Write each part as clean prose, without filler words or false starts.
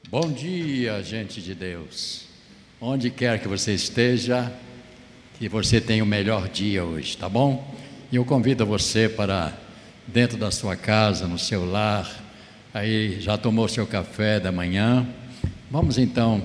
Bom dia, gente de Deus. Onde quer que você esteja, que você tenha o melhor dia hoje, tá bom? E eu convido você para dentro da sua casa, no seu lar, aí já tomou seu café da manhã. Vamos então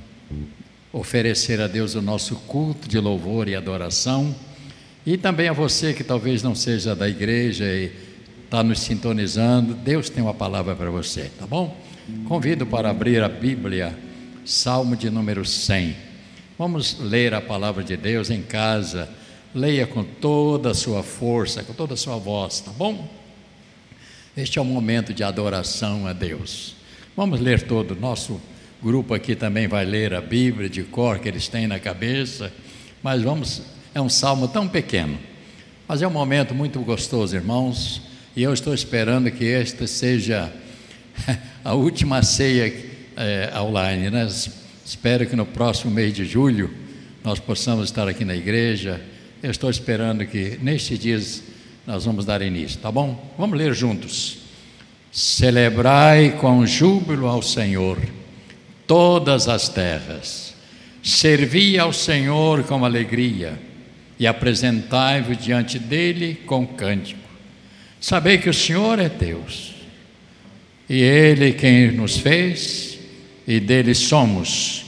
oferecer a Deus o nosso culto de louvor e adoração. E também a você que talvez não seja da igreja e está nos sintonizando, Deus tem uma palavra para você, tá bom? Convido para abrir a Bíblia, Salmo de número 100. Vamos ler a palavra de Deus em casa. Leia com toda a sua força, com toda a sua voz, tá bom? Este é o momento de adoração a Deus. Vamos ler todo. Nosso grupo aqui também vai ler a Bíblia de cor que eles têm na cabeça. Mas é um salmo tão pequeno. Mas é um momento muito gostoso, irmãos. E eu estou esperando que esta seja a última ceia online, né? Espero que no próximo mês de julho nós possamos estar aqui na igreja. Eu estou esperando que nestes dias nós vamos dar início, tá bom? Vamos ler juntos. Celebrai com júbilo ao Senhor todas as terras, servi ao Senhor com alegria e apresentai-vos diante dele com cântico. Sabei que o Senhor é Deus, e Ele quem nos fez, e dele somos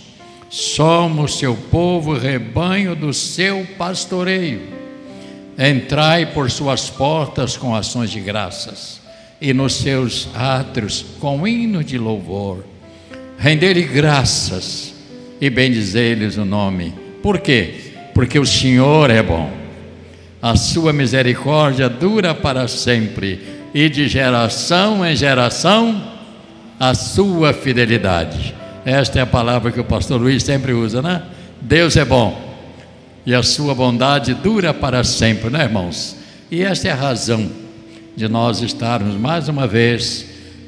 seu povo, rebanho do seu pastoreio. Entrai por suas portas com ações de graças, e nos seus átrios com hino de louvor. Rendei-lhe graças e bendizei-lhes o nome. Por quê? Porque o Senhor é bom, a sua misericórdia dura para sempre, e de geração em geração a sua fidelidade. Esta é a palavra que o pastor Luiz sempre usa, né? Deus é bom e a sua bondade dura para sempre, né, irmãos? E esta é a razão de nós estarmos mais uma vez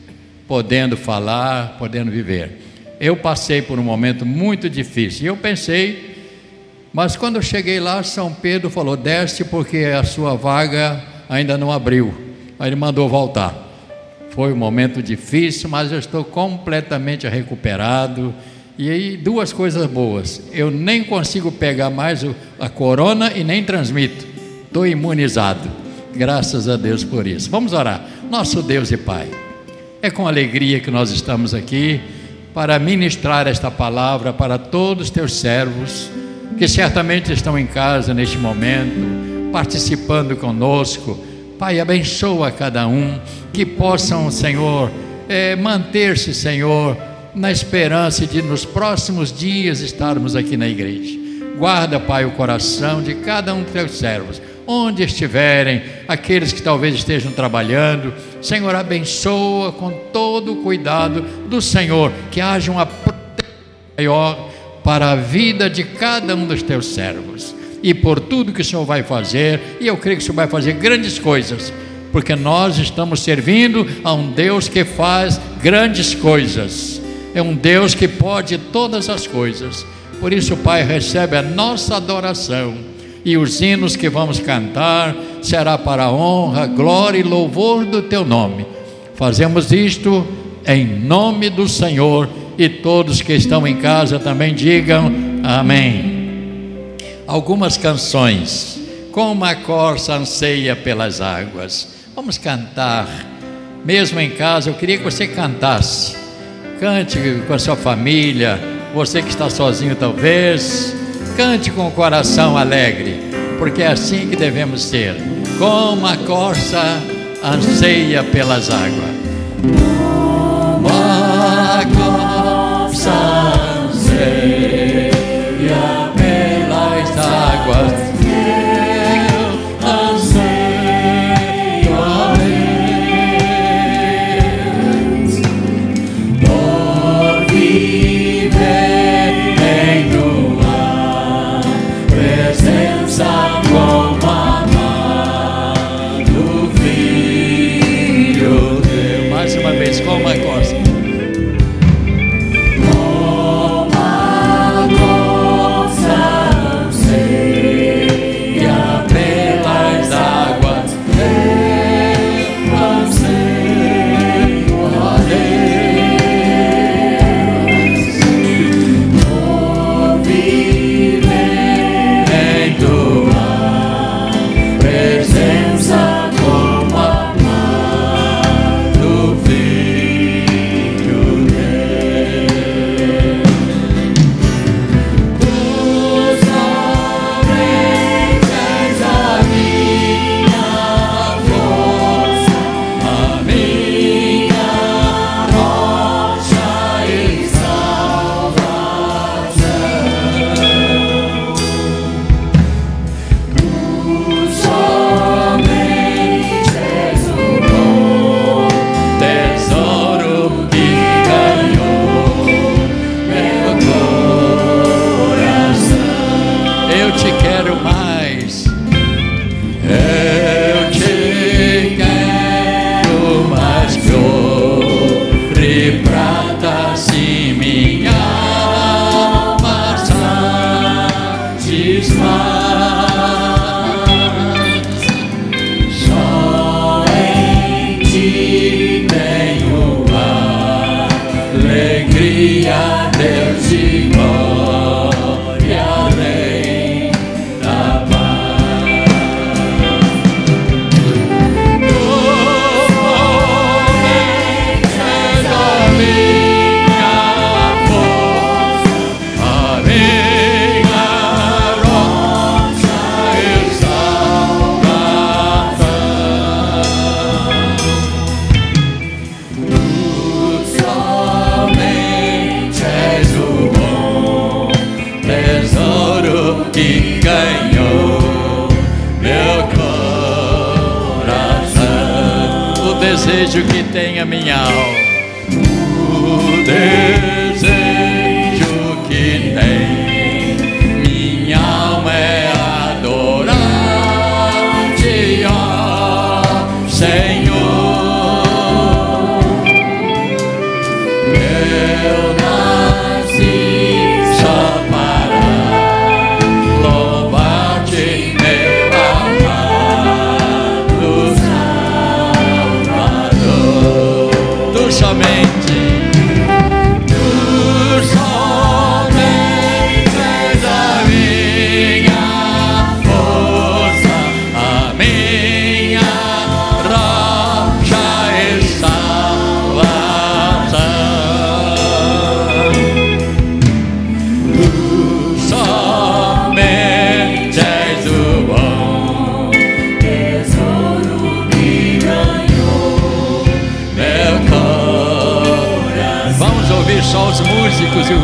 podendo falar, podendo viver. Eu passei por um momento muito difícil e eu pensei, mas quando eu cheguei lá, São Pedro falou: desce porque a sua vaga ainda não abriu. Aí ele mandou voltar. Foi um momento difícil, mas eu estou completamente recuperado. E aí, duas coisas boas: eu nem consigo pegar mais a corona e nem transmito. Estou imunizado. Graças a Deus por isso. Vamos orar. Nosso Deus e Pai, é com alegria que nós estamos aqui para ministrar esta palavra para todos os teus servos que certamente estão em casa neste momento, participando conosco. Pai, abençoa cada um, que possam, Senhor, manter-se, Senhor, na esperança de nos próximos dias estarmos aqui na igreja. Guarda, Pai, o coração de cada um dos teus servos, onde estiverem, aqueles que talvez estejam trabalhando. Senhor, abençoa com todo o cuidado do Senhor, que haja uma proteção maior para a vida de cada um dos teus servos. E por tudo que o Senhor vai fazer, e eu creio que o Senhor vai fazer grandes coisas, porque nós estamos servindo a um Deus que faz grandes coisas, é um Deus que pode todas as coisas. Por isso, Pai, recebe a nossa adoração, e os hinos que vamos cantar será para a honra, glória e louvor do Teu nome. Fazemos isto em nome do Senhor, e todos que estão em casa também digam amém. Algumas canções, como a corça anseia pelas águas. Vamos cantar, mesmo em casa. Eu queria que você cantasse. Cante com a sua família, você que está sozinho talvez. Cante com o coração alegre, porque é assim que devemos ser. Como a corça anseia pelas águas. Como a corça anseia pelas águas, eu anseio a Deus, por viver em tua presença como amado filho Deus. Mais uma vez, como alegria, Deus de glória, Rei da paz. Tu és a minha força, a minha rocha e salvação. Tu somente és o bom tesouro que ganhou meu coração. O desejo que tem a minha alma, o desejo que tem minha alma é adorar-te, ó Senhor. Eu nasci só para louvar-te, meu amado Salvador. Tu somente és a minha força, a minha rocha e salvação. Tu somente és o bom tesouro que ganhou meu coração. Vamos ouvir só os músicos e o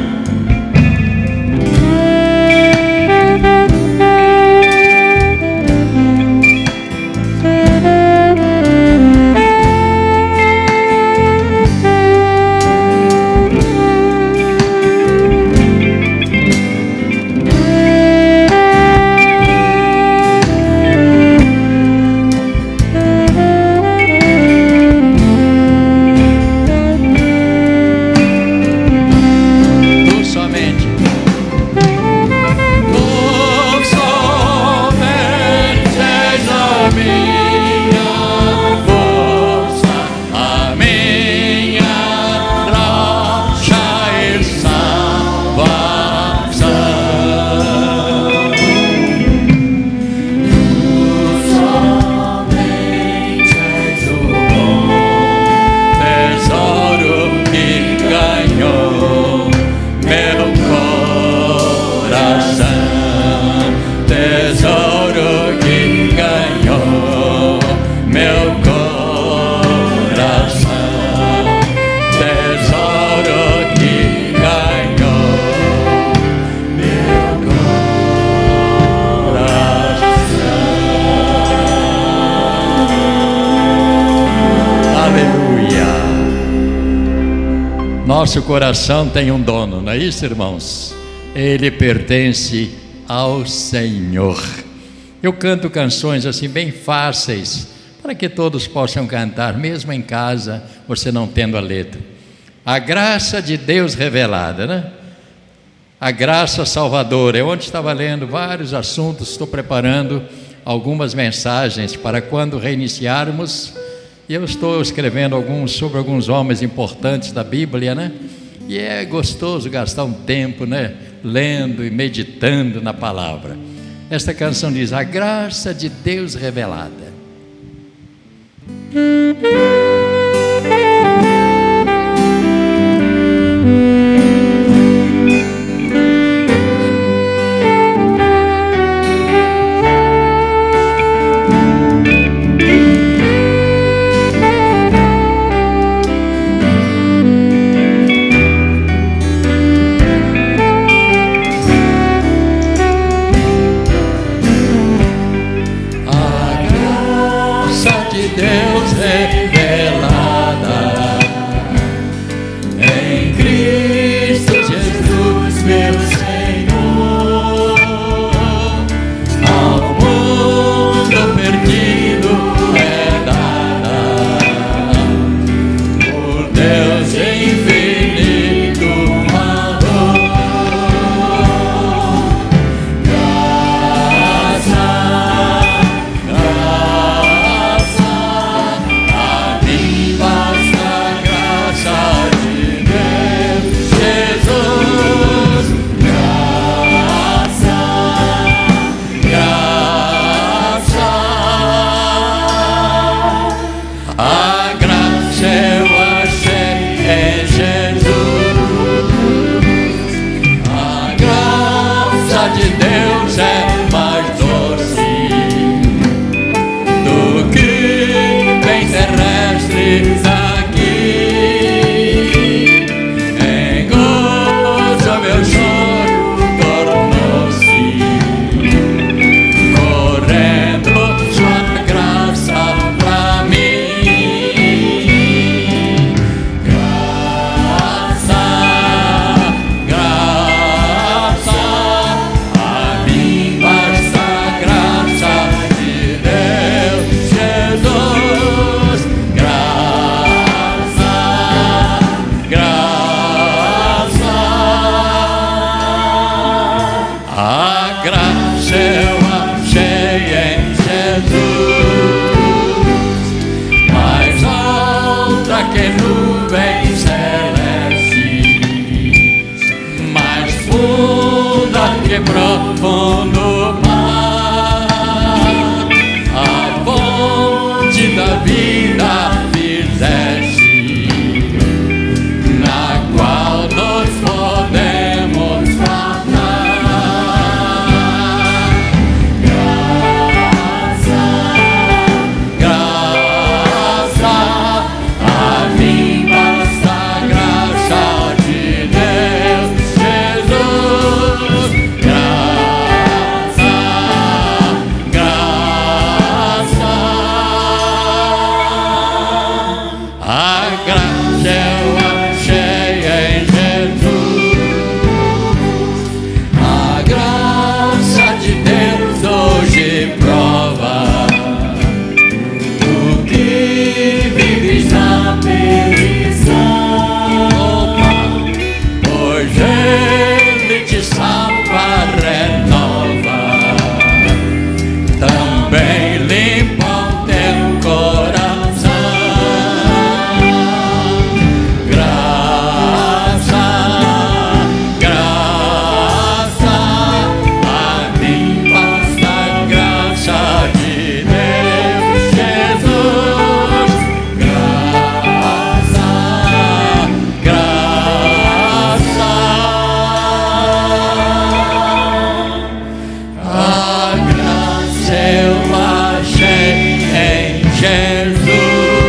nosso coração tem um dono, não é isso, irmãos? Ele pertence ao Senhor. Eu canto canções assim bem fáceis, para que todos possam cantar, mesmo em casa, você não tendo a letra. A graça de Deus revelada, né? A graça salvadora. Eu ontem estava lendo vários assuntos, estou preparando algumas mensagens para quando reiniciarmos. E eu estou escrevendo sobre alguns homens importantes da Bíblia, né? E é gostoso gastar um tempo, né? Lendo e meditando na palavra. Esta canção diz: a graça de Deus revelada. A graça eu achei em Jesus, mais alta que nuvens celestes, mais funda que profundo mar, a fonte da vida fizeste, na qual nós podemos falar. Graça, a mim basta a graça de Deus, Jesus. Graça, graça, a graça eu achei em Jesus, a graça de Deus hoje prova, tu que vives na perdição, pois Ele te salva, renova, também limpa o teu coração. Graça, graça, a mim basta a graça de Deus, Jesus. Graça, graça, a graça eu achei em Jesus.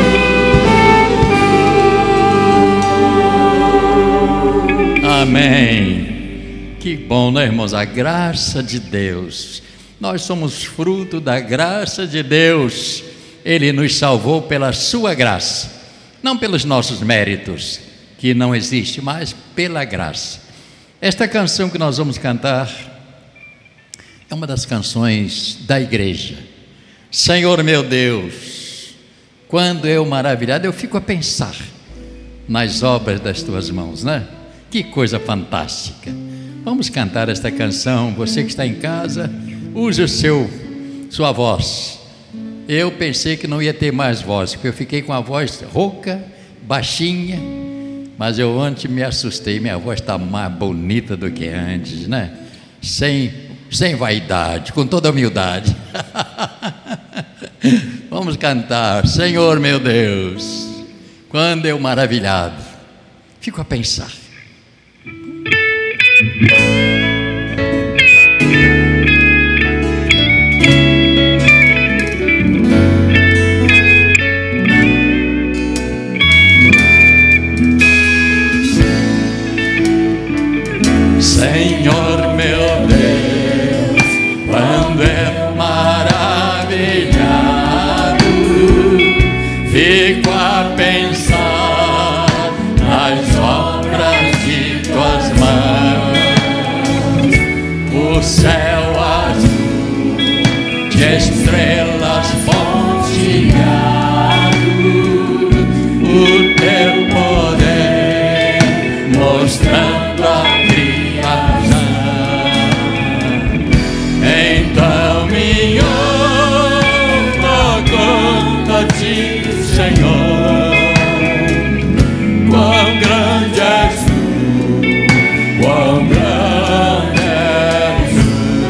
Amém. Que bom, né, irmãos? A graça de Deus. Nós somos fruto da graça de Deus. Ele nos salvou pela sua graça, não pelos nossos méritos, que não existe, mas pela graça. Esta canção que nós vamos cantar é uma das canções da igreja. Senhor meu Deus, quando eu maravilhado, eu fico a pensar nas obras das tuas mãos, né? Que coisa fantástica. Vamos cantar esta canção. Você que está em casa, use sua voz. Eu pensei que não ia ter mais voz, porque eu fiquei com a voz rouca, baixinha, mas eu ontem me assustei. Minha voz está mais bonita do que antes, né? Sem vaidade, com toda humildade. Vamos cantar. Senhor meu Deus, quando eu maravilhado, fico a pensar. Senhor meu Deus, quando é maravilhado, fico a pensar nas obras de tuas mãos, o céu azul de estrelas pontilhado, o teu poder mostrando a então minha alma canta-te, Senhor, quão grande és tu, quão grande és tu.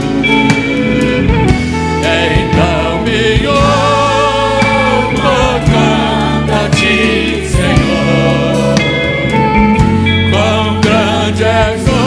Então minha alma canta-te, Senhor, quão grande és tu.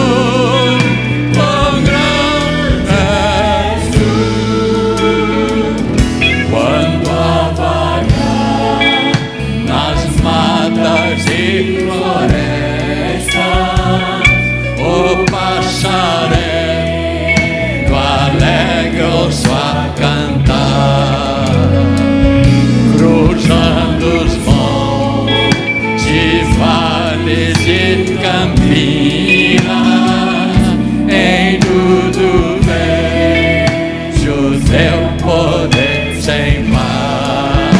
Em tudo vejo o teu poder sem par.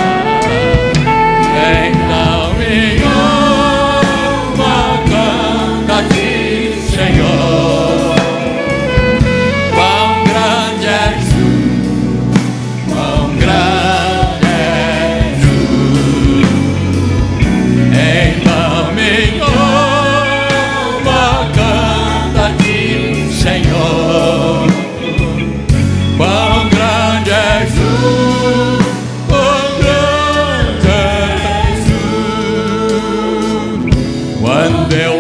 Então minha alma canta-te, Senhor, quão Senhor. Quão grande és tu, quão grande és tu. Quando eu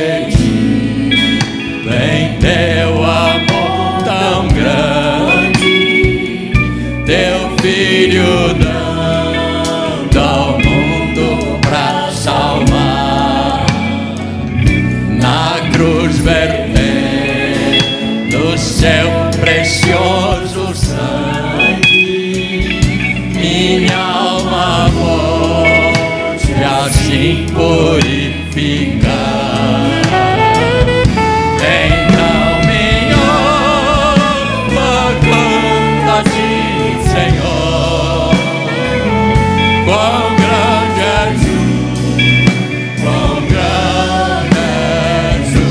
medito em teu amor tão grande, teu Filho dando ao mundo pra salvar, na cruz vertendo seu precioso sangue, minha alma pode assim purificar. Então minha alma canta a ti, Senhor. Quão grande és tu, quão grande és tu.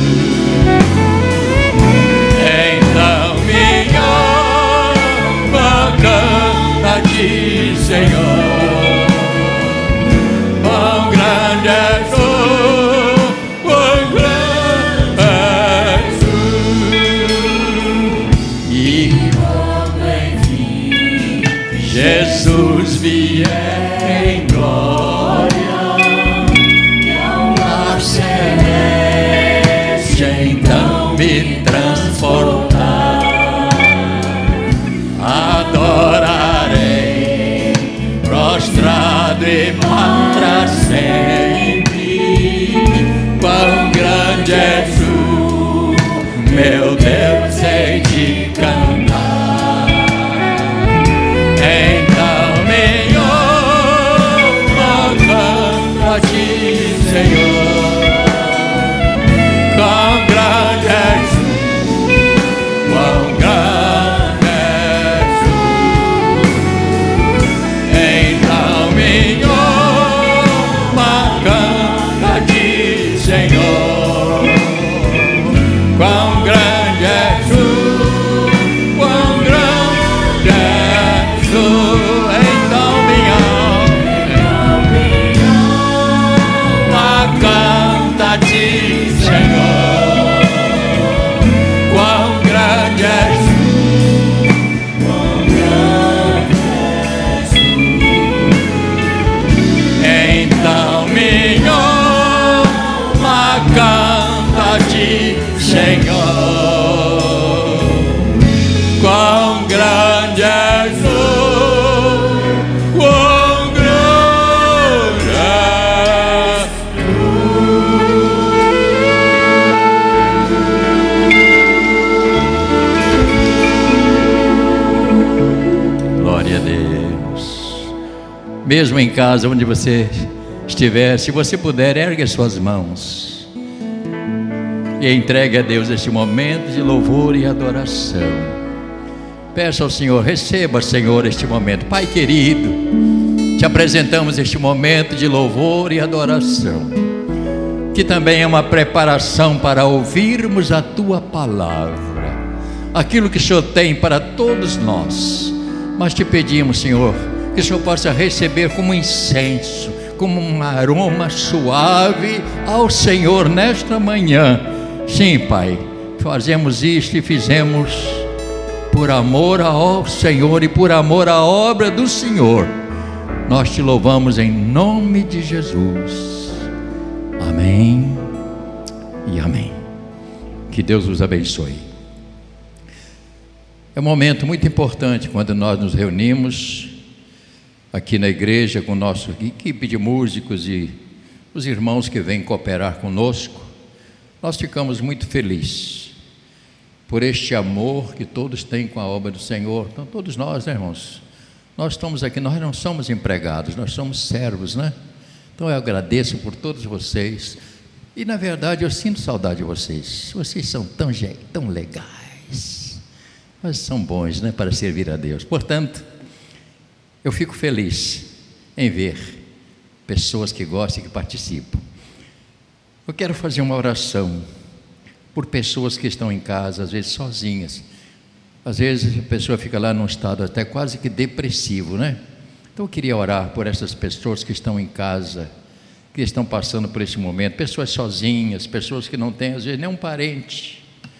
Então minha alma canta a ti, Senhor. Quão grande és tu, quão grande és tu. E quando enfim Jesus vier em glória e ao lar celeste então me transportar, adorarei prostrado e para sempre. Quão grande és tu, meu Deus, hei de cantar. Então minha alma canta a ti, Senhor. Quão grande és tu, quão grande és tu. Então minha alma canta a ti, Senhor. Quão grande és tu, quão grande és tu. Então minha alma canta a ti, Senhor. Quão grande és tu, quão grande és tu. Então minha alma canta a ti, Senhor. Quão grande és tu, quão grande és tu. Glória a Deus. Mesmo em casa, onde você estiver, se você puder, ergue as suas mãos e entregue a Deus este momento de louvor e adoração. Peça ao Senhor, receba, Senhor, este momento. Pai querido, te apresentamos este momento de louvor e adoração, que também é uma preparação para ouvirmos a Tua palavra, aquilo que o Senhor tem para todos nós. Mas te pedimos, Senhor, que o Senhor possa receber como incenso, como um aroma suave ao Senhor nesta manhã. Sim, Pai, fazemos isto e fizemos por amor ao Senhor e por amor à obra do Senhor. Nós te louvamos em nome de Jesus. Amém e amém. Que Deus os abençoe. É um momento muito importante quando nós nos reunimos aqui na igreja com nossa equipe de músicos e os irmãos que vêm cooperar conosco. Nós ficamos muito felizes por este amor que todos têm com a obra do Senhor. Então, todos nós, né, irmãos? Nós estamos aqui, nós não somos empregados, nós somos servos, né? Então eu agradeço por todos vocês. E na verdade eu sinto saudade de vocês. Vocês são tão legais, mas são bons, né, para servir a Deus. Portanto, eu fico feliz em ver pessoas que gostam e que participam. Eu quero fazer uma oração por pessoas que estão em casa, às vezes sozinhas. Às vezes a pessoa fica lá num estado até quase que depressivo, né? Então eu queria orar por essas pessoas que estão em casa, que estão passando por esse momento, pessoas sozinhas, pessoas que não têm às vezes nem um parente,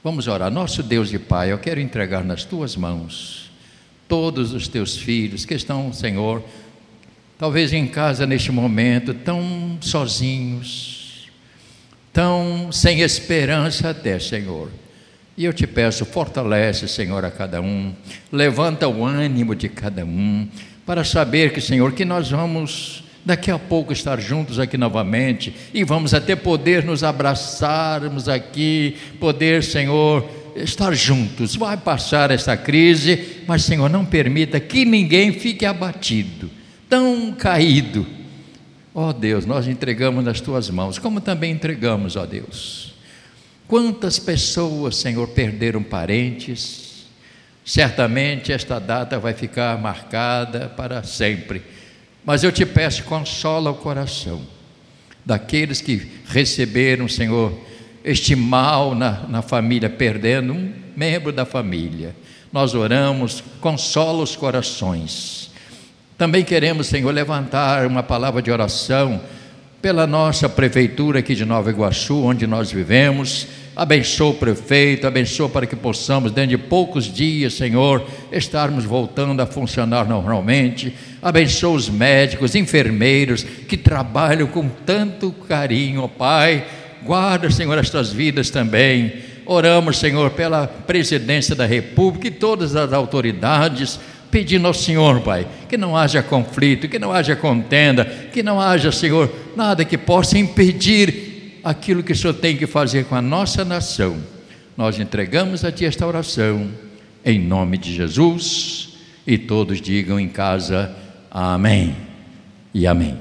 Vamos orar. Nosso Deus e Pai, eu quero entregar nas Tuas mãos todos os Teus filhos que estão, Senhor, talvez em casa neste momento, tão sozinhos, tão sem esperança até, Senhor. E eu te peço, fortalece, Senhor, a cada um, levanta o ânimo de cada um, para saber que, Senhor, que nós vamos daqui a pouco estar juntos aqui novamente, e vamos até poder nos abraçarmos aqui, poder, Senhor, estar juntos. Vai passar esta crise, mas, Senhor, não permita que ninguém fique abatido, tão caído. Ó Deus, nós entregamos nas Tuas mãos, como também entregamos, ó Deus, quantas pessoas, Senhor, perderam parentes. Certamente esta data vai ficar marcada para sempre, mas eu te peço, consola o coração daqueles que receberam, Senhor, este mal na família, perdendo um membro da família. Nós oramos, consola os corações. Também queremos, Senhor, levantar uma palavra de oração pela nossa prefeitura aqui de Nova Iguaçu, onde nós vivemos. Abençoa o prefeito, abençoa para que possamos, dentro de poucos dias, Senhor, estarmos voltando a funcionar normalmente. Abençoa os médicos, enfermeiros que trabalham com tanto carinho, ó Pai. Guarda, Senhor, as Tuas vidas também. Oramos, Senhor, pela presidência da República e todas as autoridades, pedindo ao Senhor, Pai, que não haja conflito, que não haja contenda, que não haja, Senhor, nada que possa impedir aquilo que o Senhor tem que fazer com a nossa nação. Nós entregamos a Ti esta oração, em nome de Jesus, e todos digam em casa, amém e amém.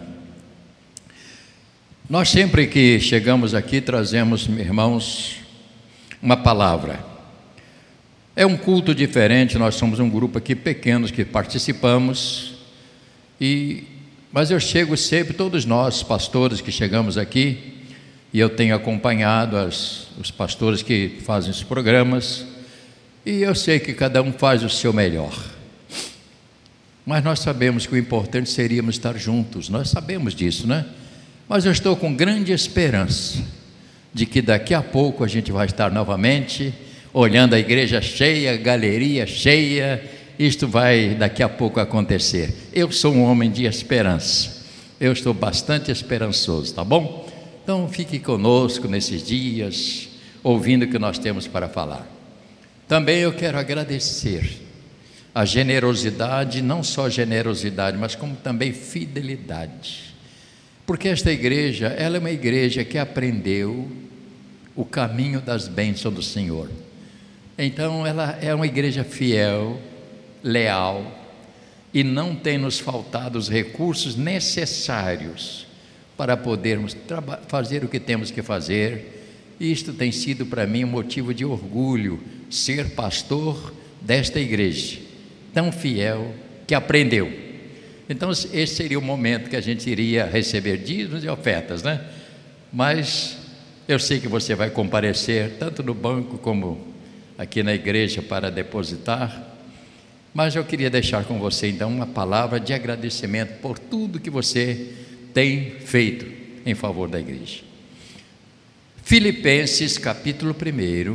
Nós sempre que chegamos aqui trazemos, irmãos, uma palavra. É um culto diferente, nós somos um grupo aqui pequenos que participamos, mas eu chego sempre, todos nós pastores que chegamos aqui, e eu tenho acompanhado os pastores que fazem os programas, e eu sei que cada um faz o seu melhor, mas nós sabemos que o importante seríamos estar juntos, nós sabemos disso, né? Mas eu estou com grande esperança de que daqui a pouco a gente vai estar novamente olhando a igreja cheia, a galeria cheia. Isto vai daqui a pouco acontecer. Eu sou um homem de esperança, eu estou bastante esperançoso, tá bom? Então fique conosco nesses dias, ouvindo o que nós temos para falar. Também eu quero agradecer a generosidade, não só generosidade, mas como também fidelidade, porque esta igreja, ela é uma igreja que aprendeu o caminho das bênçãos do Senhor. Então ela é uma igreja fiel, leal, e não tem nos faltado os recursos necessários para podermos fazer o que temos que fazer. Isto tem sido para mim um motivo de orgulho, ser pastor desta igreja tão fiel, que aprendeu. Então esse seria o momento que a gente iria receber dízimos e ofertas, né? Mas eu sei que você vai comparecer tanto no banco como aqui na igreja para depositar. Mas eu queria deixar com você então uma palavra de agradecimento por tudo que você tem feito em favor da igreja. Filipenses capítulo 1,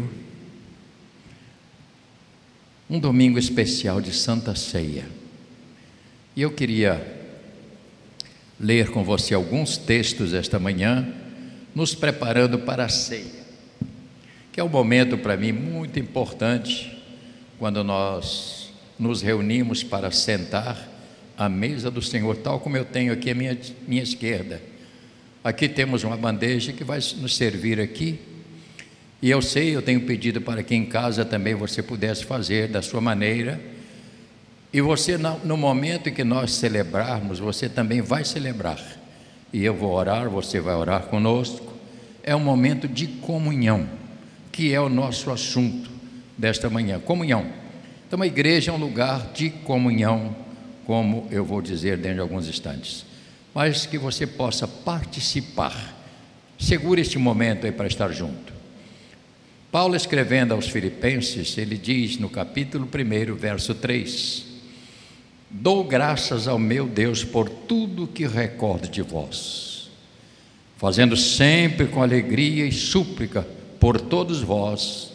um domingo especial de Santa Ceia. E eu queria ler com você alguns textos esta manhã, nos preparando para a ceia, que é um momento para mim muito importante, quando nós nos reunimos para sentar à mesa do Senhor, tal como eu tenho aqui à minha esquerda. Aqui temos uma bandeja que vai nos servir aqui, e eu tenho pedido para que em casa também você pudesse fazer da sua maneira. E você, no momento em que nós celebrarmos, você também vai celebrar. E eu vou orar, você vai orar conosco. É um momento de comunhão, que é o nosso assunto desta manhã, comunhão. Então a igreja é um lugar de comunhão, como eu vou dizer dentro de alguns instantes. Mas que você possa participar. Segure este momento aí para estar junto. Paulo, escrevendo aos Filipenses, ele diz no capítulo 1, verso 3: dou graças ao meu Deus por tudo que recordo de vós, fazendo sempre com alegria e súplica por todos vós,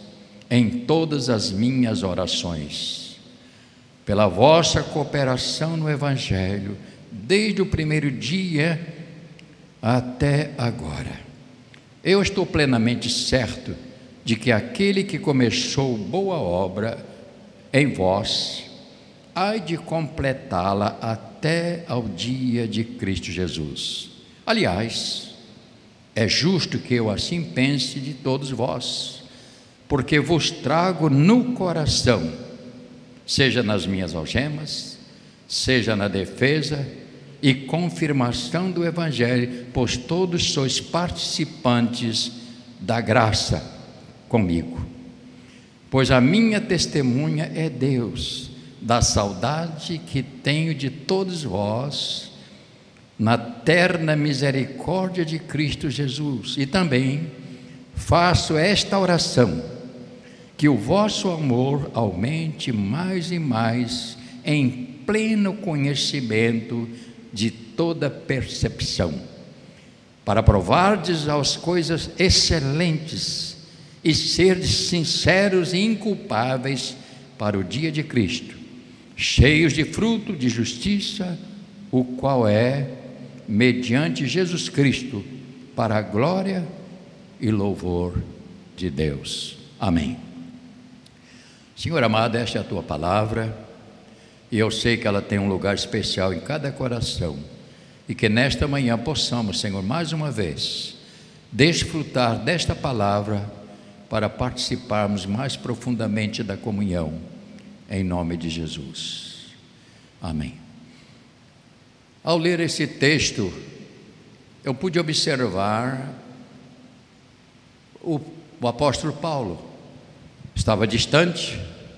em todas as minhas orações, pela vossa cooperação no Evangelho, desde o primeiro dia até agora. Eu estou plenamente certo de que aquele que começou boa obra em vós, há de completá-la até ao dia de Cristo Jesus. Aliás, é justo que eu assim pense de todos vós, porque vos trago no coração, seja nas minhas algemas, seja na defesa e confirmação do Evangelho, pois todos sois participantes da graça comigo. Pois a minha testemunha é Deus, da saudade que tenho de todos vós, na terna misericórdia de Cristo Jesus. E também faço esta oração, que o vosso amor aumente mais e mais em pleno conhecimento de toda percepção, para provardes as coisas excelentes e serdes sinceros e inculpáveis para o dia de Cristo, cheios de fruto de justiça, o qual é, mediante Jesus Cristo, para a glória e louvor de Deus. Amém. Senhor amado, esta é a Tua palavra, e eu sei que ela tem um lugar especial em cada coração, e que nesta manhã possamos, Senhor, mais uma vez, desfrutar desta palavra, para participarmos mais profundamente da comunhão, em nome de Jesus. Amém. Ao ler esse texto, eu pude observar o apóstolo Paulo. Estava distante,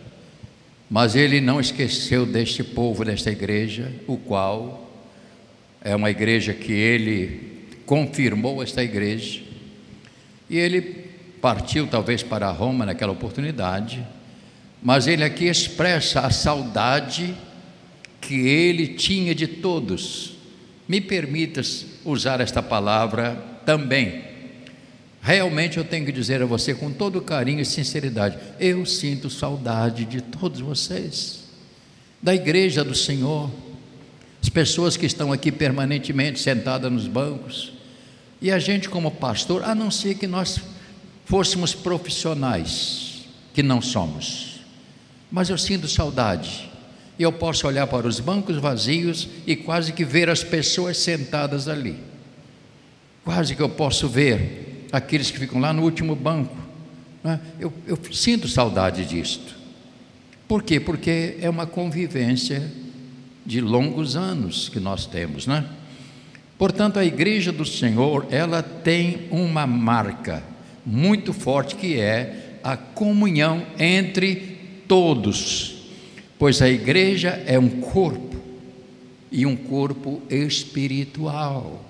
mas ele não esqueceu deste povo, desta igreja, o qual é uma igreja que ele confirmou, esta igreja, e ele partiu talvez para Roma naquela oportunidade, mas ele aqui expressa a saudade que ele tinha de todos. Me permitas usar esta palavra também. Realmente eu tenho que dizer a você com todo carinho e sinceridade, eu sinto saudade de todos vocês, da igreja do Senhor, as pessoas que estão aqui permanentemente sentadas nos bancos, e a gente como pastor, a não ser que nós fôssemos profissionais, que não somos, mas eu sinto saudade, e eu posso olhar para os bancos vazios e quase que ver as pessoas sentadas ali, quase que eu posso ver aqueles que ficam lá no último banco, né? Eu sinto saudade disto. Por quê? Porque é uma convivência de longos anos que nós temos, né? Portanto, a igreja do Senhor, ela tem uma marca muito forte, que é a comunhão entre todos, pois a igreja é um corpo, e um corpo espiritual,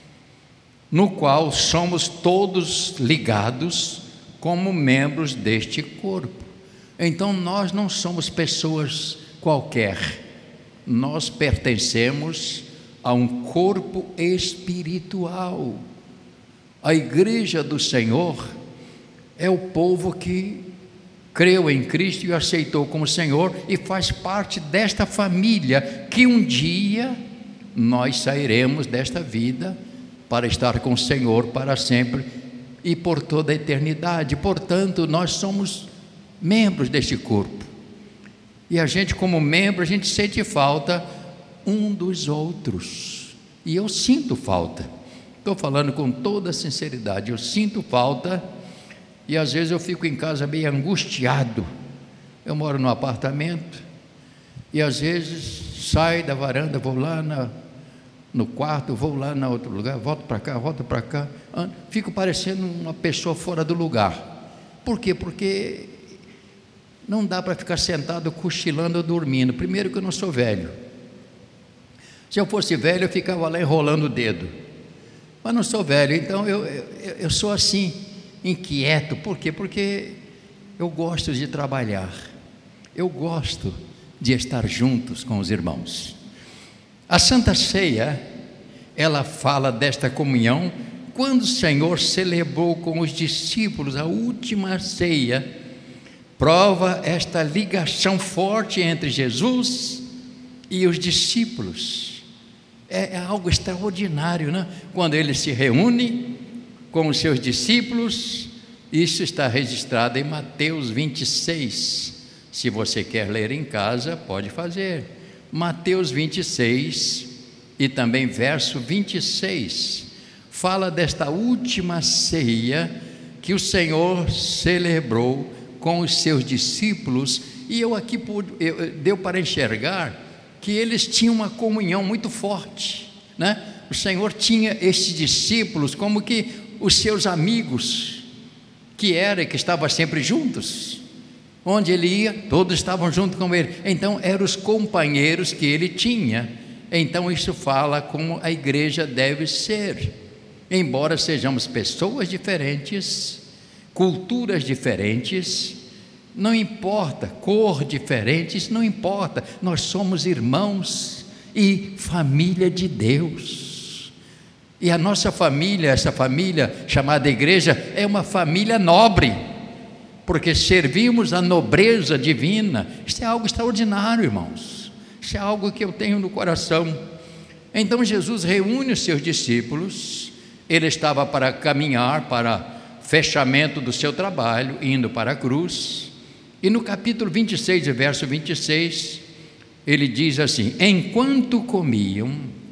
no qual somos todos ligados como membros deste corpo. Então nós não somos pessoas qualquer, nós pertencemos a um corpo espiritual. A igreja do Senhor é o povo que creu em Cristo e o aceitou como Senhor e faz parte desta família, que um dia nós sairemos desta vida para estar com o Senhor para sempre e por toda a eternidade. Portanto, nós somos membros deste corpo, e a gente, como membro, a gente sente falta um dos outros, e eu sinto falta. Estou falando com toda sinceridade, eu sinto falta, e às vezes eu fico em casa meio angustiado. Eu moro num apartamento, e às vezes saio da varanda, vou lá no quarto, vou lá na outro lugar, volto para cá, fico parecendo uma pessoa fora do lugar. Por quê? Porque não dá para ficar sentado cochilando ou dormindo. Primeiro que eu não sou velho. Se eu fosse velho, eu ficava lá enrolando o dedo, mas não sou velho, então eu sou assim, inquieto. Por quê? Porque eu gosto de trabalhar, eu gosto de estar juntos com os irmãos. A Santa Ceia, ela fala desta comunhão, quando o Senhor celebrou com os discípulos a última ceia, prova esta ligação forte entre Jesus e os discípulos. É algo extraordinário, né? Quando ele se reúne com os seus discípulos, isso está registrado em Mateus 26. Se você quer ler em casa, pode fazer. Mateus 26 e também verso 26 fala desta última ceia que o Senhor celebrou com os seus discípulos, e deu para enxergar que eles tinham uma comunhão muito forte, né? O Senhor tinha esses discípulos como que os seus amigos, que estavam sempre juntos. Onde ele ia, todos estavam junto com ele. Então eram os companheiros que ele tinha. Então isso fala como a igreja deve ser. Embora sejamos pessoas diferentes, culturas diferentes, não importa, cor diferente, isso não importa. Nós somos irmãos e família de Deus. E a nossa família, essa família chamada igreja, é uma família nobre, porque servimos a nobreza divina. Isso é algo extraordinário, irmãos. Isso é algo que eu tenho no coração. Então Jesus reúne os seus discípulos. Ele estava para caminhar para fechamento do seu trabalho, indo para a cruz. E no capítulo 26, verso 26, ele diz assim: enquanto comiam,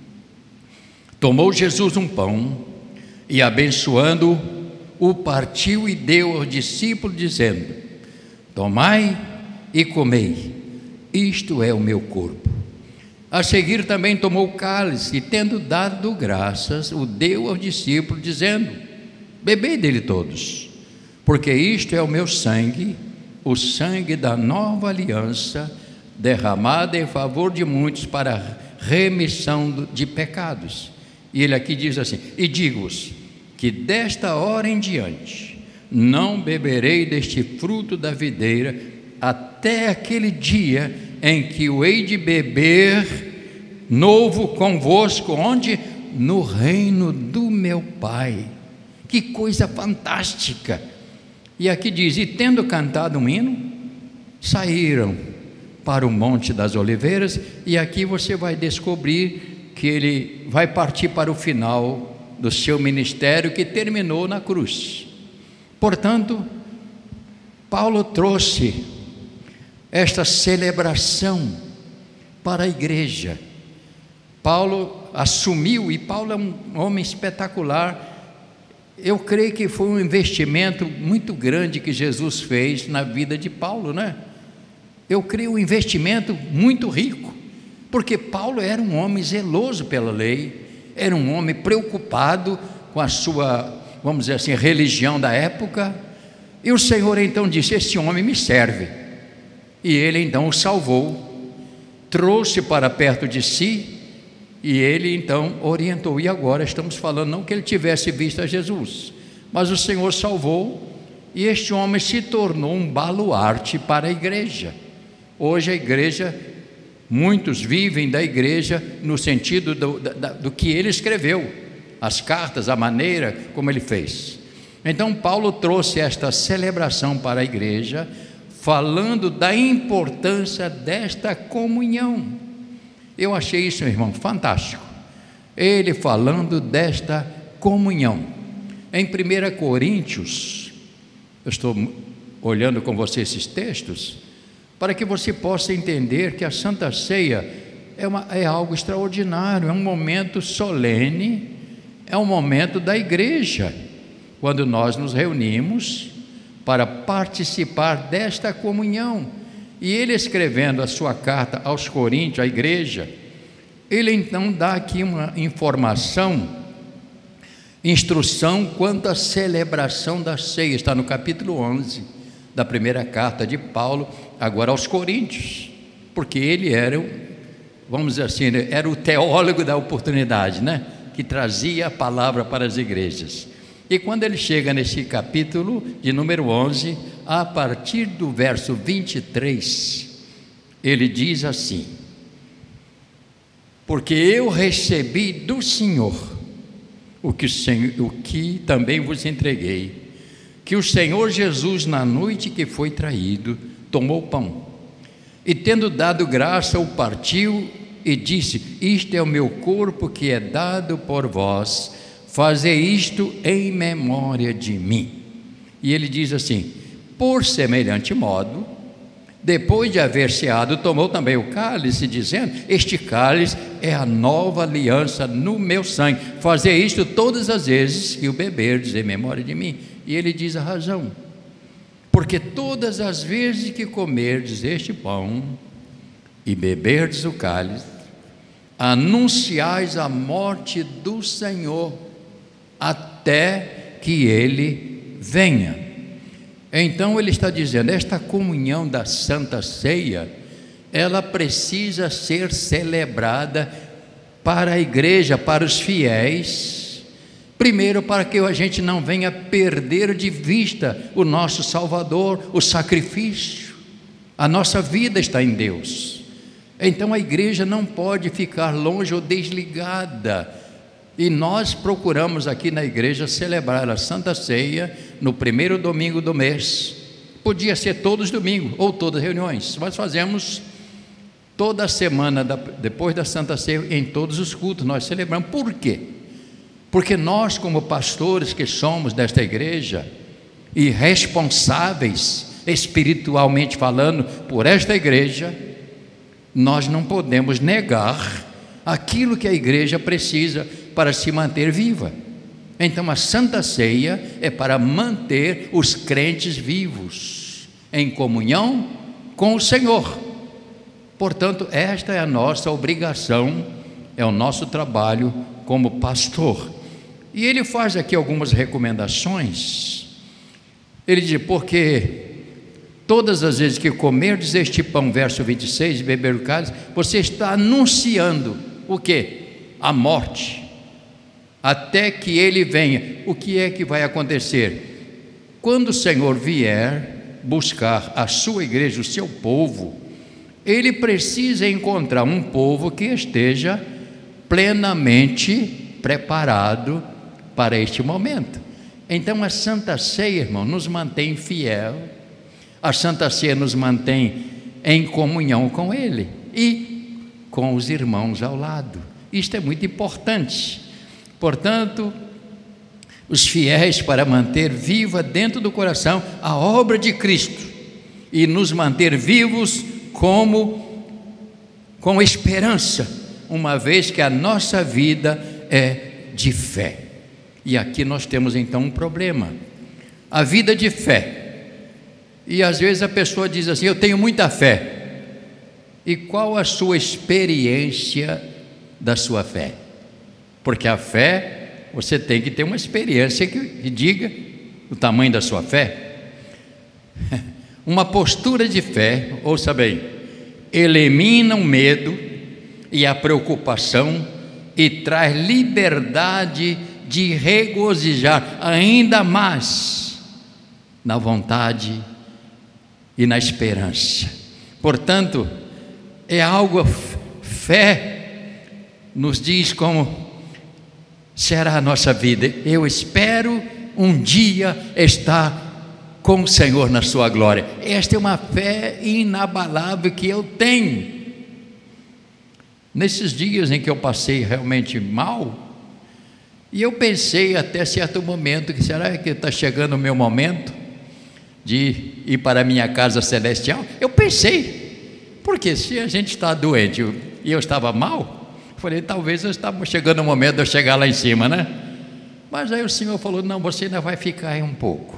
tomou Jesus um pão e, abençoando, o partiu e deu aos discípulos, dizendo: tomai e comei, isto é o meu corpo. A seguir também tomou o cálice e, tendo dado graças, o deu aos discípulos, dizendo: bebei dele todos, porque isto é o meu sangue, o sangue da nova aliança, derramado em favor de muitos para remissão de pecados. E ele aqui diz assim: e digo-vos que desta hora em diante não beberei deste fruto da videira até aquele dia em que o hei de beber novo convosco, onde? No reino do meu Pai. Que coisa fantástica! E aqui diz: e tendo cantado um hino, saíram para o Monte das Oliveiras. E aqui você vai descobrir que ele vai partir para o final do seu ministério, que terminou na cruz. Portanto, Paulo trouxe esta celebração para a igreja. Paulo assumiu, e Paulo é um homem espetacular. Eu creio que foi um investimento muito grande que Jesus fez na vida de Paulo, né? Eu creio um investimento muito rico, porque Paulo era um homem zeloso pela lei, era um homem preocupado com a sua, vamos dizer assim, religião da época. E o Senhor então disse: esse homem me serve. E ele então o salvou, trouxe para perto de si, e ele então orientou. E agora estamos falando não que ele tivesse visto a Jesus, mas o Senhor salvou, e este homem se tornou um baluarte para a igreja. Hoje a igreja, muitos vivem da igreja no sentido do que ele escreveu, as cartas, a maneira como ele fez. Então Paulo trouxe esta celebração para a igreja, falando da importância desta comunhão. Eu achei isso, meu irmão, fantástico. Ele falando desta comunhão. Em 1 Coríntios, eu estou olhando com você esses textos, para que você possa entender que a Santa Ceia é algo extraordinário, é um momento solene, é um momento da igreja, quando nós nos reunimos para participar desta comunhão. E ele, escrevendo a sua carta aos Coríntios, à igreja, ele então dá aqui uma informação, instrução quanto à celebração da ceia. Está no capítulo 11 da primeira carta de Paulo, agora aos Coríntios, porque ele era, vamos dizer assim, era o teólogo da oportunidade, né? Que trazia a palavra para as igrejas. E quando ele chega nesse capítulo de número 11, a partir do verso 23, ele diz assim: porque eu recebi do Senhor o que também vos entreguei, que o Senhor Jesus, na noite que foi traído, tomou o pão e, tendo dado graça, o partiu e disse: isto é o meu corpo que é dado por vós, fazei isto em memória de mim. E ele diz assim: por semelhante modo, depois de haver ceado, tomou também o cálice, dizendo: este cálice é a nova aliança no meu sangue, fazei isto todas as vezes que o beberdes em memória de mim. E ele diz a razão: porque todas as vezes que comerdes este pão e beberdes o cálice, anunciais a morte do Senhor até que ele venha. Então ele está dizendo, esta comunhão da Santa Ceia, ela precisa ser celebrada para a igreja, para os fiéis, primeiro para que a gente não venha perder de vista o nosso Salvador, o sacrifício. A nossa vida está em Deus, então a igreja não pode ficar longe ou desligada. E nós procuramos aqui na igreja celebrar a Santa Ceia no primeiro domingo do mês. Podia ser todos os domingos ou todas as reuniões, mas fazemos toda a semana depois da Santa Ceia, em todos os cultos nós celebramos. Por quê? Porque nós, como pastores que somos desta igreja e responsáveis espiritualmente falando por esta igreja, nós não podemos negar aquilo que a igreja precisa para se manter viva. Então a Santa Ceia é para manter os crentes vivos, em comunhão com o Senhor. Portanto, esta é a nossa obrigação, é o nosso trabalho como pastor. E ele faz aqui algumas recomendações. Ele diz: porque todas as vezes que comerdes este pão, verso 26, e beber o cálice, você está anunciando o quê? A morte, até que ele venha. O que é que vai acontecer? Quando o Senhor vier buscar a sua igreja, o seu povo, ele precisa encontrar um povo que esteja plenamente preparado para este momento. Então a Santa Ceia, irmão, nos mantém fiel, a Santa Ceia nos mantém em comunhão com Ele e com os irmãos ao lado. Isto é muito importante. Portanto, os fiéis, para manter viva dentro do coração a obra de Cristo e nos manter vivos com esperança, uma vez que a nossa vida é de fé. E aqui nós temos então um problema, a vida de fé. E às vezes a pessoa diz assim: eu tenho muita fé. E qual a sua experiência da sua fé? Porque a fé, você tem que ter uma experiência que diga o tamanho da sua fé. Uma postura de fé, ouça bem, elimina o medo e a preocupação e traz liberdade de regozijar ainda mais na vontade e na esperança. Portanto, é algo, fé nos diz como será a nossa vida. Eu espero um dia estar com o Senhor na sua glória. Esta é uma fé inabalável que eu tenho. Nesses dias em que eu passei realmente mal, e eu pensei até certo momento que será que está chegando o meu momento de ir para a minha casa celestial? Eu pensei, porque se a gente está doente e eu estava mal, falei, talvez estava chegando o momento de eu chegar lá em cima, né? Mas aí o Senhor falou: não, você ainda vai ficar aí um pouco.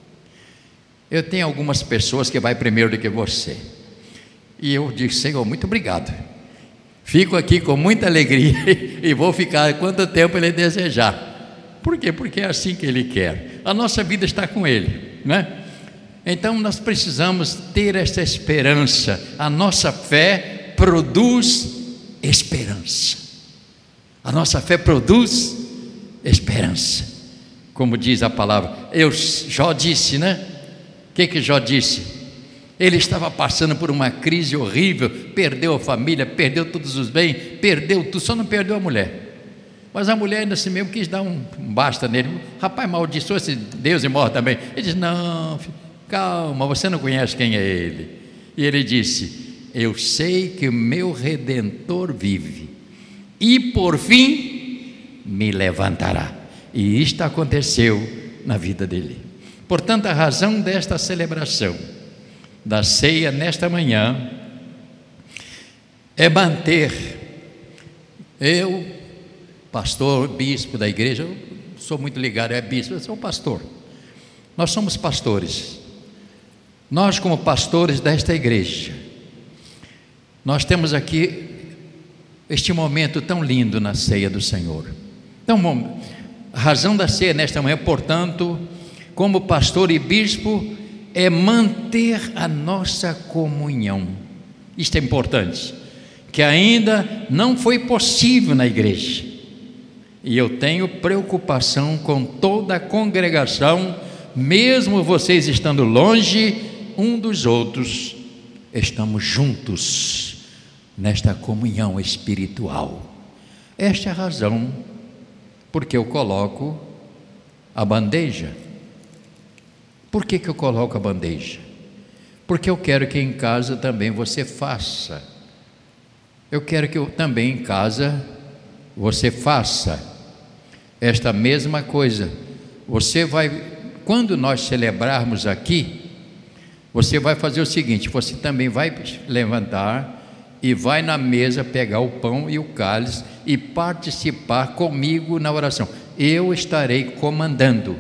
Eu tenho algumas pessoas que vai primeiro do que você. E eu disse: Senhor, muito obrigado. Fico aqui com muita alegria e vou ficar quanto tempo Ele desejar. Por quê? Porque é assim que Ele quer. A nossa vida está com Ele, né? Então nós precisamos ter essa esperança. A nossa fé produz esperança. A nossa fé produz esperança. Como diz a palavra, Jó disse, né? O que Jó disse? Ele estava passando por uma crise horrível, perdeu a família, perdeu todos os bens, perdeu tudo, só não perdeu a mulher. Mas a mulher ainda assim mesmo quis dar um basta nele. Rapaz, amaldiçoa esse Deus e morre também. Ele disse: não, filho, calma, você não conhece quem é ele. E ele disse: eu sei que o meu Redentor vive, e por fim me levantará. E isto aconteceu na vida dele. Portanto, a razão desta celebração da ceia nesta manhã é manter, eu, pastor, bispo da igreja, eu sou muito ligado, é bispo, eu sou pastor. Nós somos pastores. Nós, como pastores desta igreja, nós temos aqui este momento tão lindo na ceia do Senhor. Então, a razão da ceia nesta manhã, portanto, como pastor e bispo, é manter a nossa comunhão. Isto é importante, que ainda não foi possível na igreja. E eu tenho preocupação com toda a congregação, mesmo vocês estando longe um dos outros, estamos juntos nesta comunhão espiritual. Esta é a razão porque eu coloco a bandeja. Por que eu coloco a bandeja? Porque eu quero que em casa também você faça. Eu quero que também em casa você faça esta mesma coisa. Você vai, quando nós celebrarmos aqui, você vai fazer o seguinte: você também vai levantar e vai na mesa pegar o pão e o cálice e participar comigo na oração. Eu estarei comandando.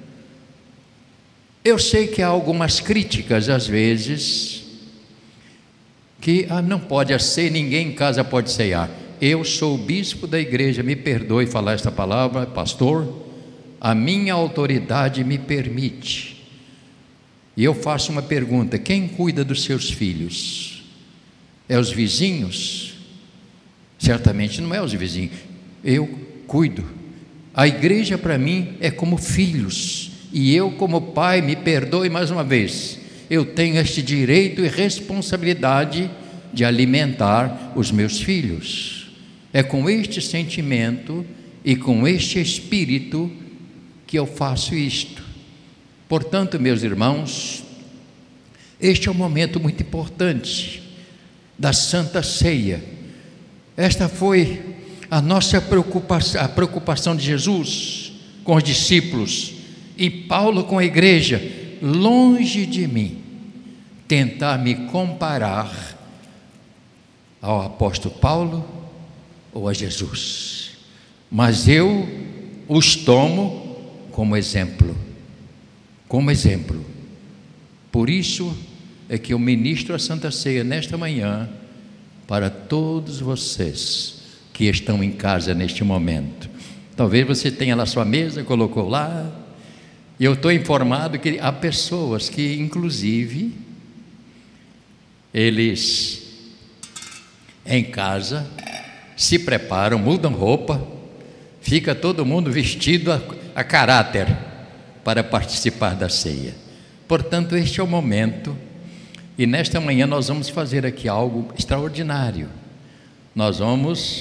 Eu sei que há algumas críticas às vezes, que não pode ser, ninguém em casa pode ceiar. Eu sou o bispo da igreja, me perdoe falar esta palavra, pastor, a minha autoridade me permite. E eu faço uma pergunta: quem cuida dos seus filhos? É os vizinhos? Certamente não é os vizinhos. Eu cuido. A igreja para mim é como filhos, e eu como pai, me perdoe mais uma vez, eu tenho este direito e responsabilidade de alimentar os meus filhos. É com este sentimento e com este espírito que eu faço isto. Portanto, meus irmãos, este é um momento muito importante da Santa Ceia. Esta foi a nossa preocupação, a preocupação de Jesus com os discípulos e Paulo com a igreja. Longe de mim tentar me comparar ao apóstolo Paulo ou a Jesus, mas eu os tomo como exemplo. Por isso é que eu ministro a Santa Ceia nesta manhã para todos vocês que estão em casa neste momento. Talvez você tenha na sua mesa, colocou lá, e eu estou informado que há pessoas que, inclusive, eles em casa se preparam, mudam roupa, fica todo mundo vestido a caráter para participar da ceia. Portanto, este é o momento, e nesta manhã nós vamos fazer aqui algo extraordinário. Nós vamos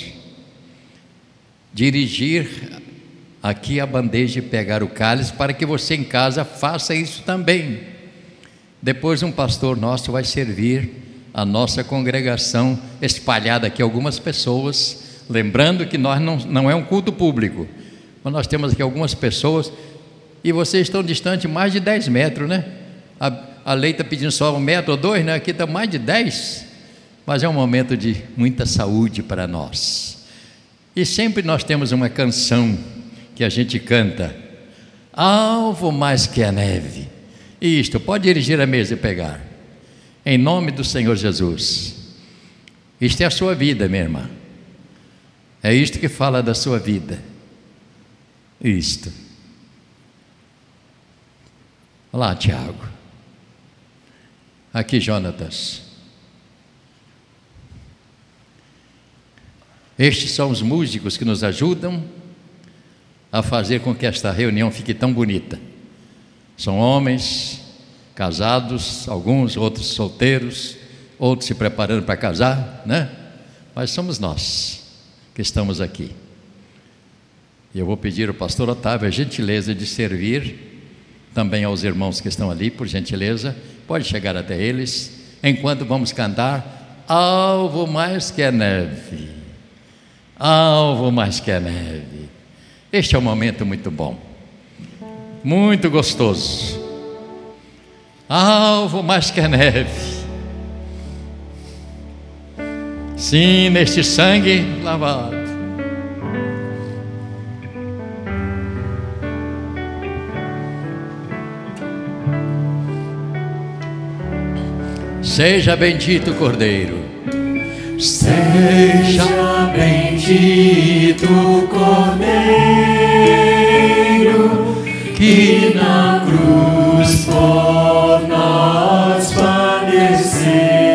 dirigir aqui a bandeja e pegar o cálice, para que você em casa faça isso também. Depois um pastor nosso vai servir a nossa congregação espalhada aqui, algumas pessoas, lembrando que nós não é um culto público, mas nós temos aqui algumas pessoas, e vocês estão distantes mais de 10 metros, né? A lei está pedindo só 1 metro ou 2, né? Aqui está mais de 10, mas é um momento de muita saúde para nós. E sempre nós temos uma canção que a gente canta: alvo mais que a neve. Isto, pode dirigir a mesa e pegar, em nome do Senhor Jesus. Isto é a sua vida, minha irmã. É isto que fala da sua vida. Isto. Olá, Tiago. Aqui, Jonatas. Estes são os músicos que nos ajudam a fazer com que esta reunião fique tão bonita. São homens casados, alguns, outros solteiros, outros se preparando para casar, né? Mas somos nós que estamos aqui. Eu vou pedir ao pastor Otávio a gentileza de servir também aos irmãos que estão ali, por gentileza. Pode chegar até eles, enquanto vamos cantar Alvo Mais Que a Neve. Alvo mais que a neve. Este é um momento muito bom, muito gostoso. Alvo mais que a neve. Sim, neste sangue lavado. Seja bendito o Cordeiro. Seja bendito o Cordeiro que na cruz por nós padeceu.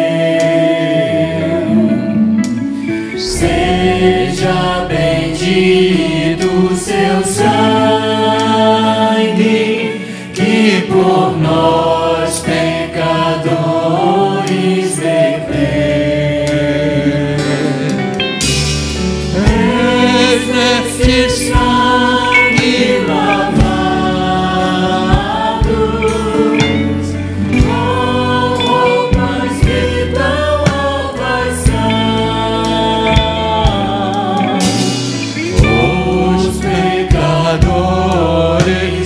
Seja bendito o seu sangue que por nós pecadores verteu. Neste sangue lavados, com roupas que tão alvas são, os pecadores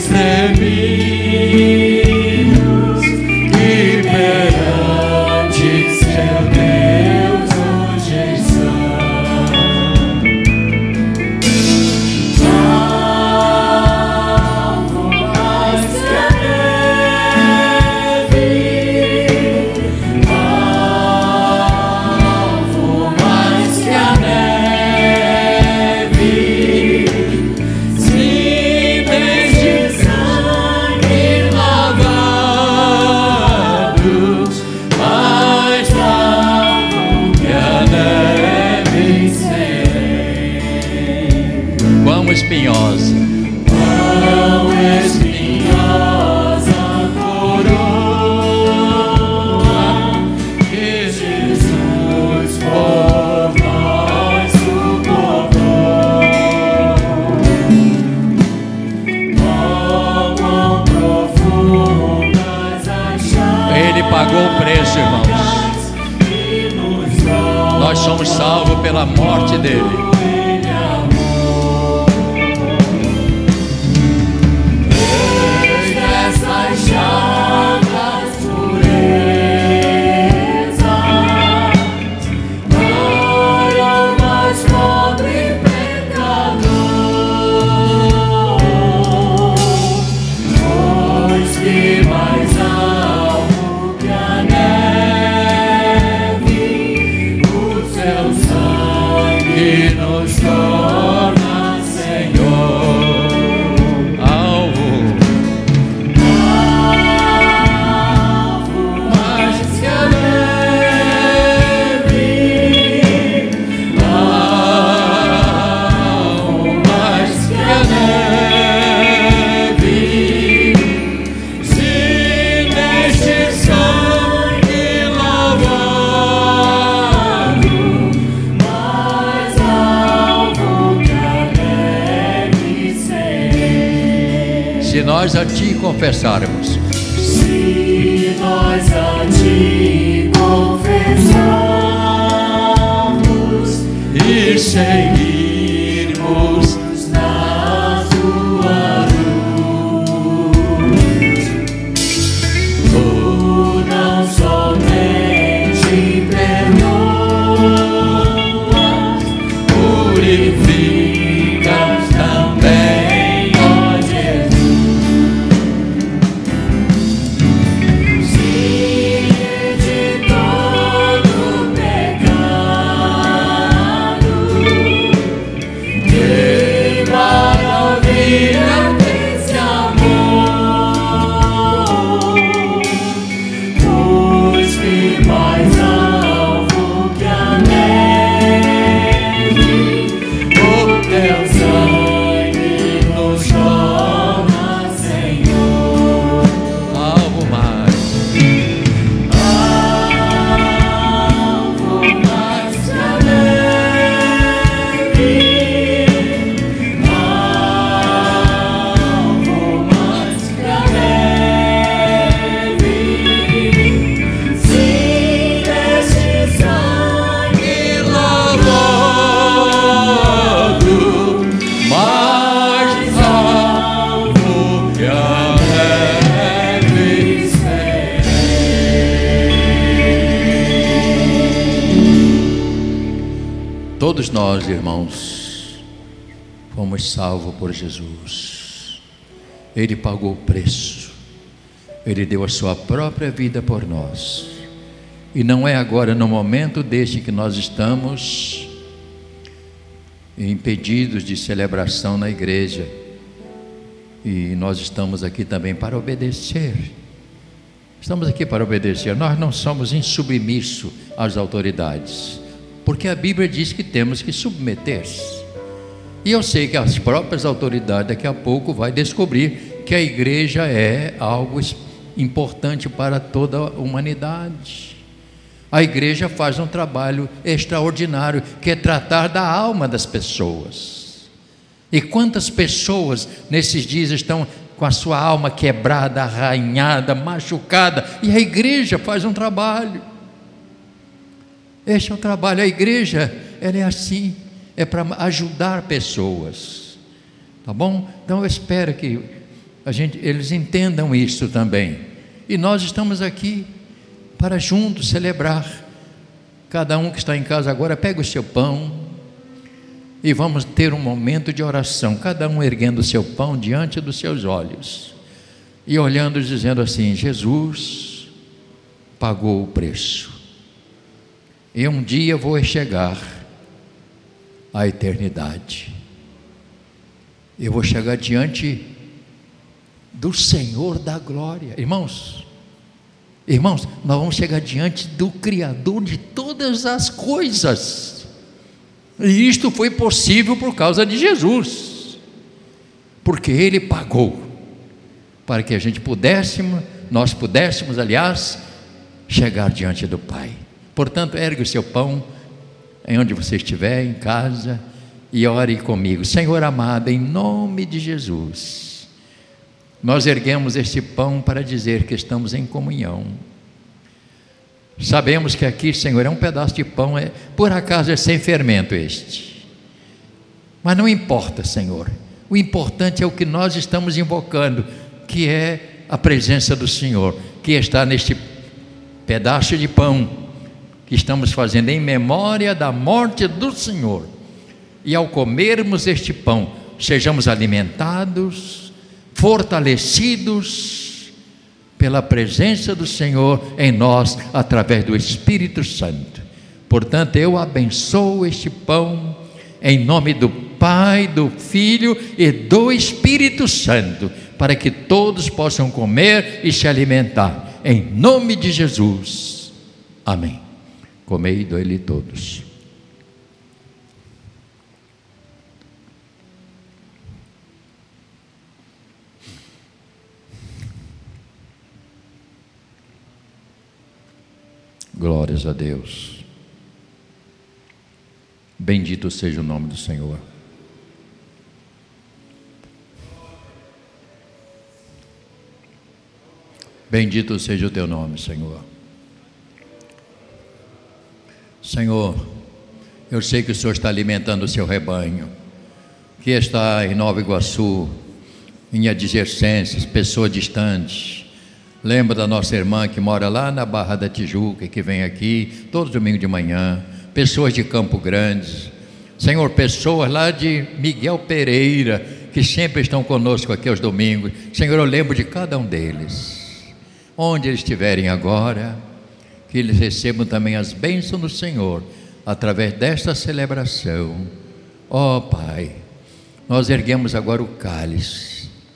remidos que perante seu Deus hoje são. Espinhosa, quão espinhosa coroa que Jesus por nós suportou. Quão profundas as chagas. Ele pagou o preço, irmãos. Nós somos salvos pela morte dele. Chagas purezas para o mais pobre pecador, pois que mais alto que a neve, o seu sangue nos torna Senhor. Se nós a ti confessarmos, se nós a ti confessarmos e seguirmos na tua luz, tu não somente perdoas, purificas também. Todos nós, irmãos, fomos salvos por Jesus. Ele pagou o preço. Ele deu a sua própria vida por nós. E não é agora, no momento deste, que nós estamos impedidos de celebração na igreja. E nós estamos aqui também para obedecer. Estamos aqui para obedecer. Nós não somos insubmissos às autoridades, porque a Bíblia diz que temos que submeter-se. E eu sei que as próprias autoridades daqui a pouco vai descobrir que a igreja é algo importante para toda a humanidade. A igreja faz um trabalho extraordinário, que é tratar da alma das pessoas. E quantas pessoas nesses dias estão com a sua alma quebrada, arranhada, machucada, e a igreja faz um trabalho. Este é o trabalho. A igreja, ela é assim, é para ajudar pessoas, tá bom? Então eu espero que eles entendam isso também. E nós estamos aqui para juntos celebrar. Cada um que está em casa agora, pega o seu pão e vamos ter um momento de oração, cada um erguendo o seu pão diante dos seus olhos e olhando e dizendo assim: Jesus pagou o preço, e um dia vou chegar à eternidade. Eu vou chegar diante do Senhor da glória. Irmãos, nós vamos chegar diante do Criador de todas as coisas. E isto foi possível por causa de Jesus, porque Ele pagou para que nós pudéssemos, aliás, chegar diante do Pai. Portanto, ergue o seu pão em onde você estiver, em casa, e ore comigo. Senhor amado, em nome de Jesus, nós erguemos este pão para dizer que estamos em comunhão. Sabemos que aqui, Senhor, é um pedaço de pão, por acaso é sem fermento este, mas não importa, Senhor. O importante é o que nós estamos invocando, que é a presença do Senhor, que está neste pedaço de pão que estamos fazendo em memória da morte do Senhor. E ao comermos este pão, sejamos alimentados, fortalecidos pela presença do Senhor em nós, através do Espírito Santo. Portanto, eu abençoo este pão em nome do Pai, do Filho e do Espírito Santo, para que todos possam comer e se alimentar, em nome de Jesus. Amém. Comei e doe-lhe todos. Glórias a Deus. Bendito seja o nome do Senhor. Bendito seja o teu nome, Senhor. Senhor, eu sei que o Senhor está alimentando o seu rebanho, que está em Nova Iguaçu, em adjacências, pessoas distantes. Lembra da nossa irmã que mora lá na Barra da Tijuca e que vem aqui todo domingo de manhã, pessoas de Campo Grande, Senhor, pessoas lá de Miguel Pereira, que sempre estão conosco aqui aos domingos. Senhor, eu lembro de cada um deles, onde eles estiverem agora, que eles recebam também as bênçãos do Senhor, através desta celebração. Ó Pai, nós erguemos agora o cálice.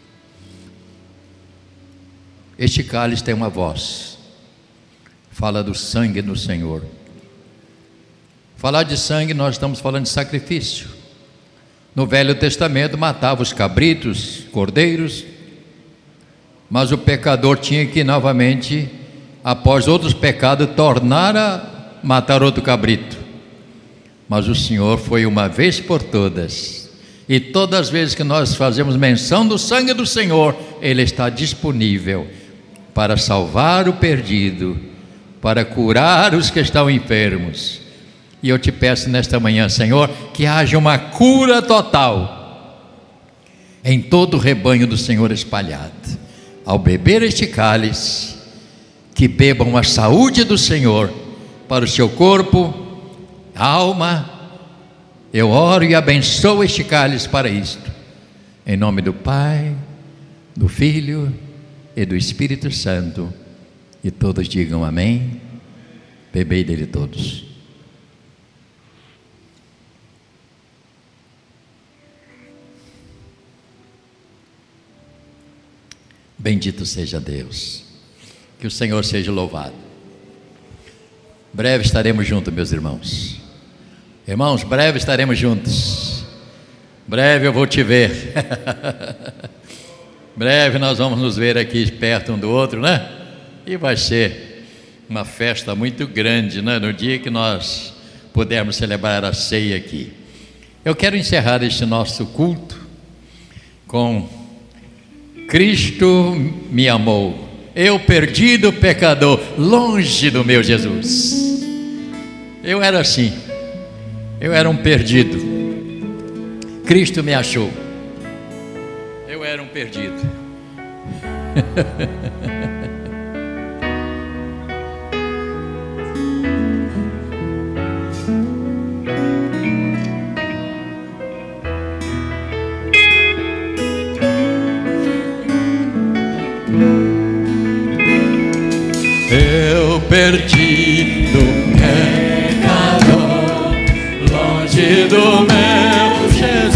Este cálice tem uma voz, fala do sangue do Senhor. Falar de sangue, nós estamos falando de sacrifício. No Velho Testamento matava os cabritos, cordeiros, mas o pecador tinha que novamente, após outros pecados, tornar a matar outro cabrito. Mas o Senhor foi uma vez por todas, e todas as vezes que nós fazemos menção do sangue do Senhor, Ele está disponível para salvar o perdido, para curar os que estão enfermos. E eu te peço nesta manhã, Senhor, que haja uma cura total em todo o rebanho do Senhor espalhado. Ao beber este cálice, que bebam a saúde do Senhor para o seu corpo, alma Eu oro e abençoo este cálice para isto, em nome do Pai, do Filho e do Espírito Santo. E todos digam amém. Bebei dele todos. Bendito seja Deus. Que o Senhor seja louvado. Breve estaremos juntos, meus irmãos. Irmãos, breve estaremos juntos. Breve eu vou te ver. Breve nós vamos nos ver aqui perto um do outro, né? E vai ser uma festa muito grande, né? No dia que nós pudermos celebrar a ceia aqui. Eu quero encerrar este nosso culto com: Cristo me amou, eu perdido pecador, longe do meu Jesus. Eu era assim, eu era um perdido. Cristo me achou. Eu era um perdido. Eu perdido pecador, longe do meu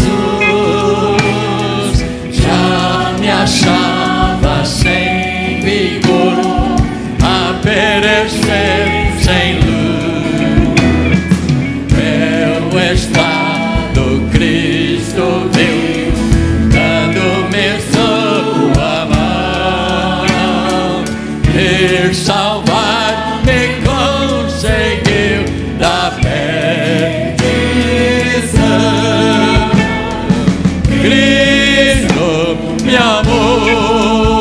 Jesus, já me achava sem vigor, a perecer sem luz. Meu estado Cristo viu, dando-me sua mão, e salvar me conseguiu da perdição. Cristo me amou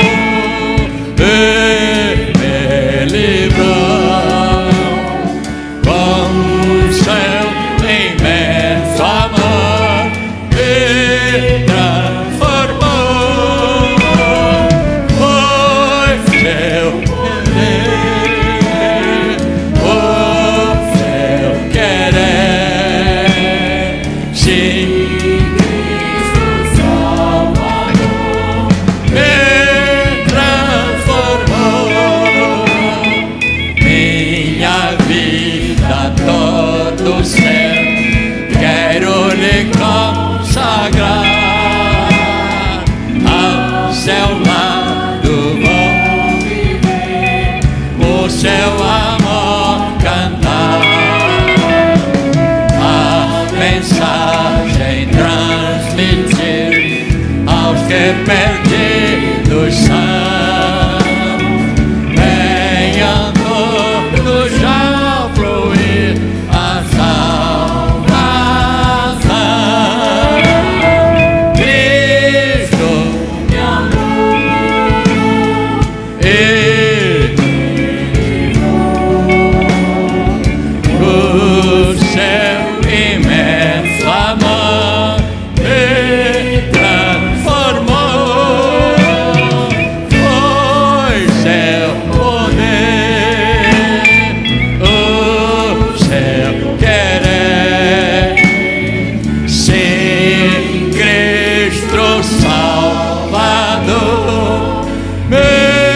e me livrou com o seu imenso amor, me transformou. Foi seu poder, o seu querer, sim, Cristo Salvador me transformou. Minha vida, todo o céu, quero lhe consagrar. Ao seu lado vou viver, o seu amor cantar, a mensagem transmitir aos que perdidos são. Venham todos já fluir a salvação. Cristo me amou e o seu imenso amor me transformou. Foi seu poder, o seu querer, sim, Cristo Salvador me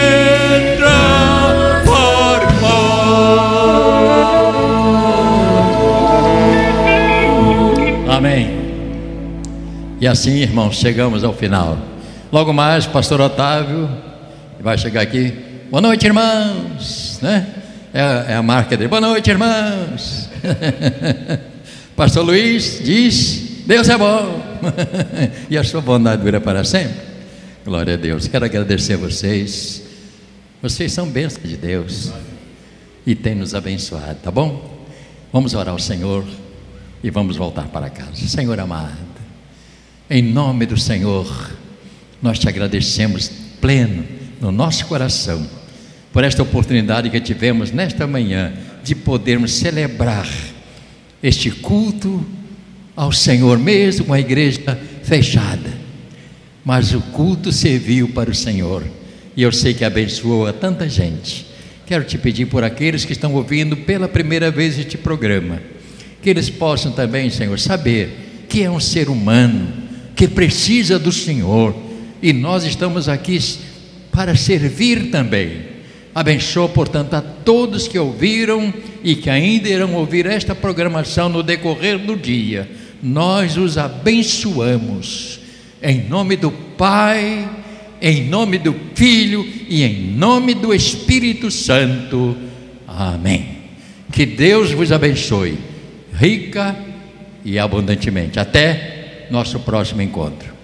transformou. Amém. E assim, irmãos, chegamos ao final. Logo mais, pastor Otávio vai chegar aqui. Boa noite, irmãos, né? É a marca dele. Boa noite, irmãos. Pastor Luiz diz: Deus é bom e a sua bondade dura para sempre. Glória a Deus. Quero agradecer a vocês. Vocês são bênçãos de Deus e tem nos abençoado, tá bom? Vamos orar ao Senhor e vamos voltar para casa. Senhor amado, em nome do Senhor, nós te agradecemos pleno no nosso coração por esta oportunidade que tivemos nesta manhã de podermos celebrar este culto ao Senhor, mesmo com a igreja fechada, mas o culto serviu para o Senhor e eu sei que abençoou a tanta gente. Quero te pedir por aqueles que estão ouvindo pela primeira vez este programa, que eles possam também, Senhor, saber que é um ser humano, que precisa do Senhor, e nós estamos aqui para servir também. Abençoa, portanto, a todos que ouviram e que ainda irão ouvir esta programação no decorrer do dia. Nós os abençoamos, em nome do Pai, em nome do Filho e em nome do Espírito Santo. Amém. Que Deus vos abençoe, rica e abundantemente. Até nosso próximo encontro.